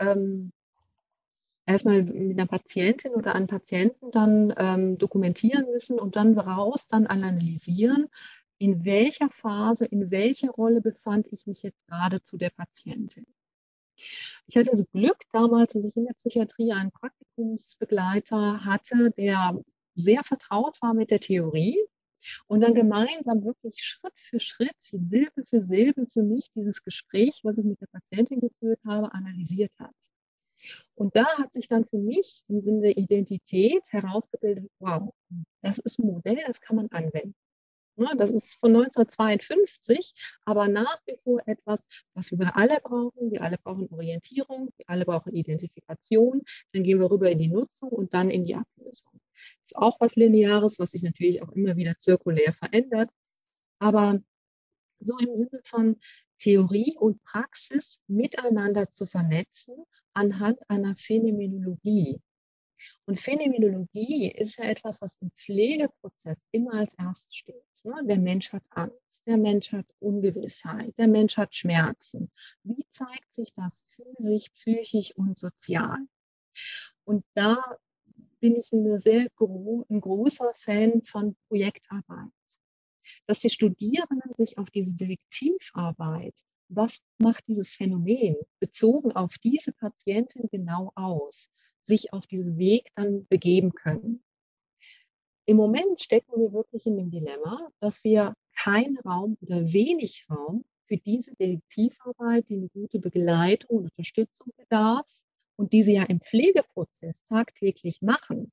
erstmal mit einer Patientin oder einem Patienten dann dokumentieren müssen und dann dann analysieren, in welcher Phase, in welcher Rolle befand ich mich jetzt gerade zu der Patientin. Ich hatte das Glück damals, dass ich in der Psychiatrie einen Praktikumsbegleiter hatte, der sehr vertraut war mit der Theorie und dann gemeinsam wirklich Schritt für Schritt, Silbe für Silbe für mich dieses Gespräch, was ich mit der Patientin geführt habe, analysiert hat. Und da hat sich dann für mich im Sinne der Identität herausgebildet, wow, das ist ein Modell, das kann man anwenden. Das ist von 1952, aber nach wie vor etwas, was wir alle brauchen. Wir alle brauchen Orientierung, wir alle brauchen Identifikation. Dann gehen wir rüber in die Nutzung und dann in die Ablösung. Das ist auch was Lineares, was sich natürlich auch immer wieder zirkulär verändert. Aber so im Sinne von Theorie und Praxis miteinander zu vernetzen anhand einer Phänomenologie. Und Phänomenologie ist ja etwas, was im Pflegeprozess immer als erstes steht. Der Mensch hat Angst, der Mensch hat Ungewissheit, der Mensch hat Schmerzen. Wie zeigt sich das physisch, psychisch und sozial? Und da bin ich ein großer Fan von Projektarbeit. Dass die Studierenden sich auf diese Detektivarbeit, was macht dieses Phänomen bezogen auf diese Patientin genau aus, sich auf diesen Weg dann begeben können. Im Moment stecken wir wirklich in dem Dilemma, dass wir keinen Raum oder wenig Raum für diese Detektivarbeit, die eine gute Begleitung und Unterstützung bedarf und die sie ja im Pflegeprozess tagtäglich machen,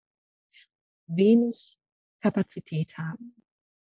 wenig Kapazität haben.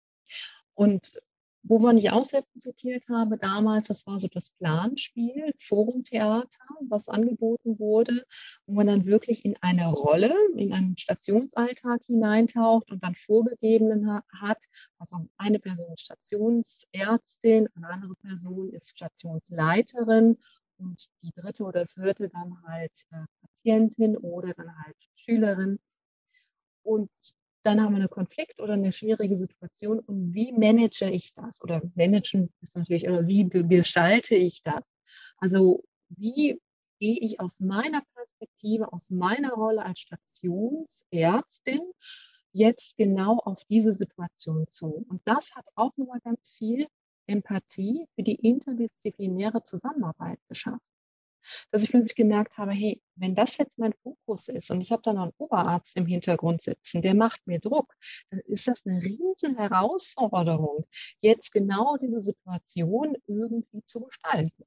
Und wovon ich auch sehr profitiert habe damals, das war so das Planspiel, Forumtheater, was angeboten wurde, wo man dann wirklich in eine Rolle, in einen Stationsalltag hineintaucht und dann vorgegeben hat, also eine Person ist Stationsärztin, eine andere Person ist Stationsleiterin und die dritte oder vierte dann halt Patientin oder dann halt Schülerin. Und dann haben wir einen Konflikt oder eine schwierige Situation und wie manage ich das? Oder managen ist natürlich, oder wie gestalte ich das? Also wie gehe ich aus meiner Perspektive, aus meiner Rolle als Stationsärztin jetzt genau auf diese Situation zu? Und das hat auch nochmal ganz viel Empathie für die interdisziplinäre Zusammenarbeit geschaffen. Dass ich plötzlich gemerkt habe, hey, wenn das jetzt mein Fokus ist und ich habe da noch einen Oberarzt im Hintergrund sitzen, der macht mir Druck, dann ist das eine riesen Herausforderung, jetzt genau diese Situation irgendwie zu gestalten.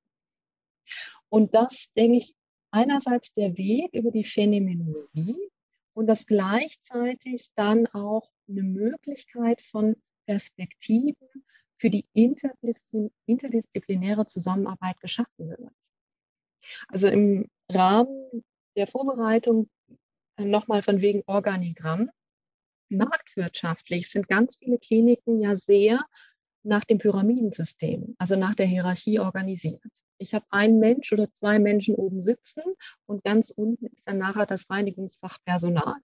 Und das, denke ich, einerseits der Weg über die Phänomenologie und das gleichzeitig dann auch eine Möglichkeit von Perspektiven für die interdisziplinäre Zusammenarbeit geschaffen wird. Also im Rahmen der Vorbereitung nochmal von wegen Organigramm. Marktwirtschaftlich sind ganz viele Kliniken ja sehr nach dem Pyramidensystem, also nach der Hierarchie organisiert. Ich habe einen Mensch oder zwei Menschen oben sitzen und ganz unten ist dann nachher das Reinigungsfachpersonal.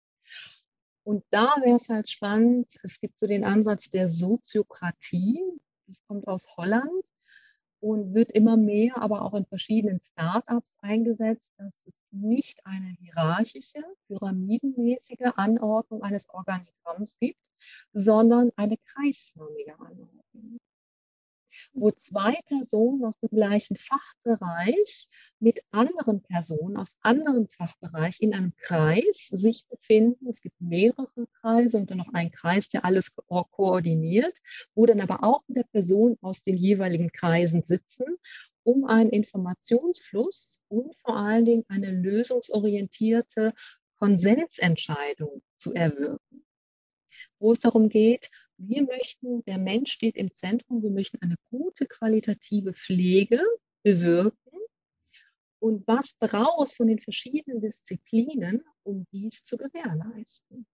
Und da wäre es halt spannend, es gibt so den Ansatz der Soziokratie, das kommt aus Holland und wird immer mehr, aber auch in verschiedenen Startups eingesetzt, dass es nicht eine hierarchische, pyramidenmäßige Anordnung eines Organigramms gibt, sondern eine kreisförmige Anordnung, wo zwei Personen aus dem gleichen Fachbereich mit anderen Personen aus anderen Fachbereichen in einem Kreis sich befinden. Es gibt mehrere Kreise und dann noch einen Kreis, der alles koordiniert, wo dann aber auch mit der Person aus den jeweiligen Kreisen sitzen, um einen Informationsfluss und vor allen Dingen eine lösungsorientierte Konsensentscheidung zu erwirken, wo es darum geht, wir möchten, der Mensch steht im Zentrum, wir möchten eine gute qualitative Pflege bewirken. Und was braucht es von den verschiedenen Disziplinen, um dies zu gewährleisten?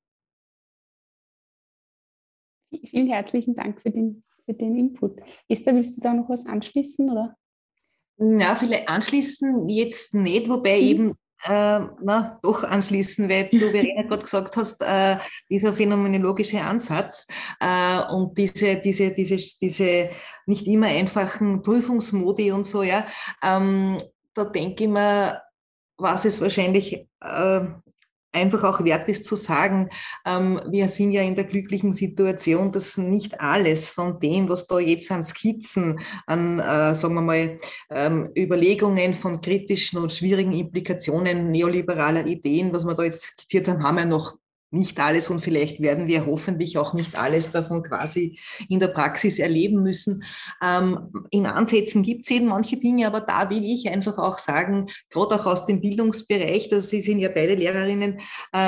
Vielen herzlichen Dank für den Input. Esther, willst du da noch was anschließen? Oder? Na, vielleicht anschließen jetzt nicht, wobei eben doch anschließen, weil du, Verena, gerade gesagt hast, dieser phänomenologische Ansatz und diese nicht immer einfachen Prüfungsmodi und so, ja, da denke ich mir, was es wahrscheinlich einfach auch wert ist zu sagen, wir sind ja in der glücklichen Situation, dass nicht alles von dem, was da jetzt an Skizzen, an, sagen wir mal, Überlegungen von kritischen und schwierigen Implikationen neoliberaler Ideen, was wir da jetzt skizziert haben, haben wir noch nicht alles und vielleicht werden wir hoffentlich auch nicht alles davon quasi in der Praxis erleben müssen. In Ansätzen gibt es eben manche Dinge, aber da will ich einfach auch sagen, gerade auch aus dem Bildungsbereich, Sie sind ja beide Lehrerinnen,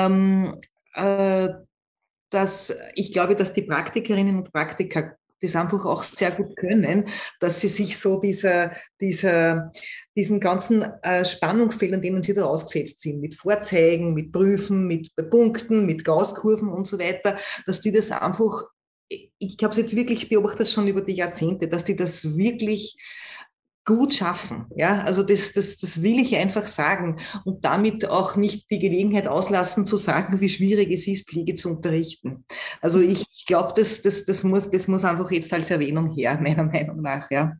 dass ich glaube, dass die Praktikerinnen und Praktiker das einfach auch sehr gut können, dass sie sich so diesen ganzen Spannungsfeldern, denen sie da ausgesetzt sind, mit Vorzeigen, mit Prüfen, mit Punkten, mit Gaußkurven und so weiter, dass die das einfach, ich habe es jetzt wirklich beobachtet schon über die Jahrzehnte, dass die das wirklich gut schaffen. Ja, also das will ich einfach sagen und damit auch nicht die Gelegenheit auslassen zu sagen, wie schwierig es ist, Pflege zu unterrichten. Also ich glaube, das muss einfach jetzt als Erwähnung her, meiner Meinung nach. Ja.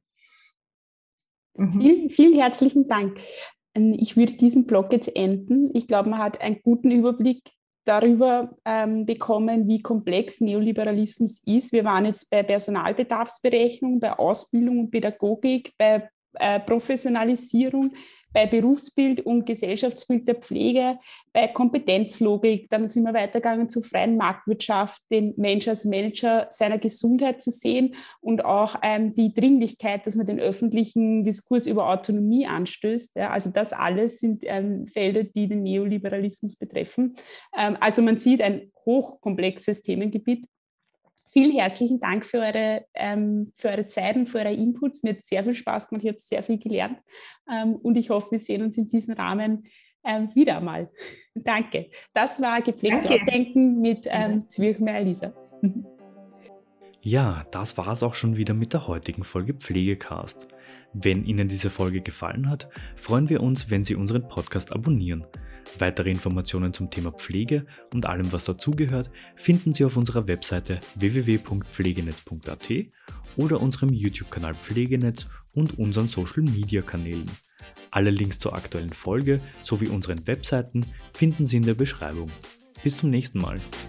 Vielen herzlichen Dank. Ich würde diesen Blog jetzt enden. Ich glaube, man hat einen guten Überblick darüber bekommen, wie komplex Neoliberalismus ist. Wir waren jetzt bei Personalbedarfsberechnung, bei Ausbildung und Pädagogik, bei Professionalisierung, bei Berufsbild und Gesellschaftsbild der Pflege, bei Kompetenzlogik. Dann sind wir weitergegangen zur freien Marktwirtschaft, den Mensch als Manager seiner Gesundheit zu sehen und auch die Dringlichkeit, dass man den öffentlichen Diskurs über Autonomie anstößt. Ja, also das alles sind Felder, die den Neoliberalismus betreffen. Also man sieht ein hochkomplexes Themengebiet. Vielen herzlichen Dank für eure Zeit und für eure Inputs. Mir hat sehr viel Spaß gemacht, ich habe sehr viel gelernt und ich hoffe, wir sehen uns in diesem Rahmen wieder einmal. Danke. Das war Gepflegt Lautdenken mit Zwirchmeier Lisa. Ja, das war es auch schon wieder mit der heutigen Folge Pflegecast. Wenn Ihnen diese Folge gefallen hat, freuen wir uns, wenn Sie unseren Podcast abonnieren. Weitere Informationen zum Thema Pflege und allem, was dazugehört, finden Sie auf unserer Webseite www.pflegenetz.at oder unserem YouTube-Kanal Pflegenetz und unseren Social-Media-Kanälen. Alle Links zur aktuellen Folge sowie unseren Webseiten finden Sie in der Beschreibung. Bis zum nächsten Mal.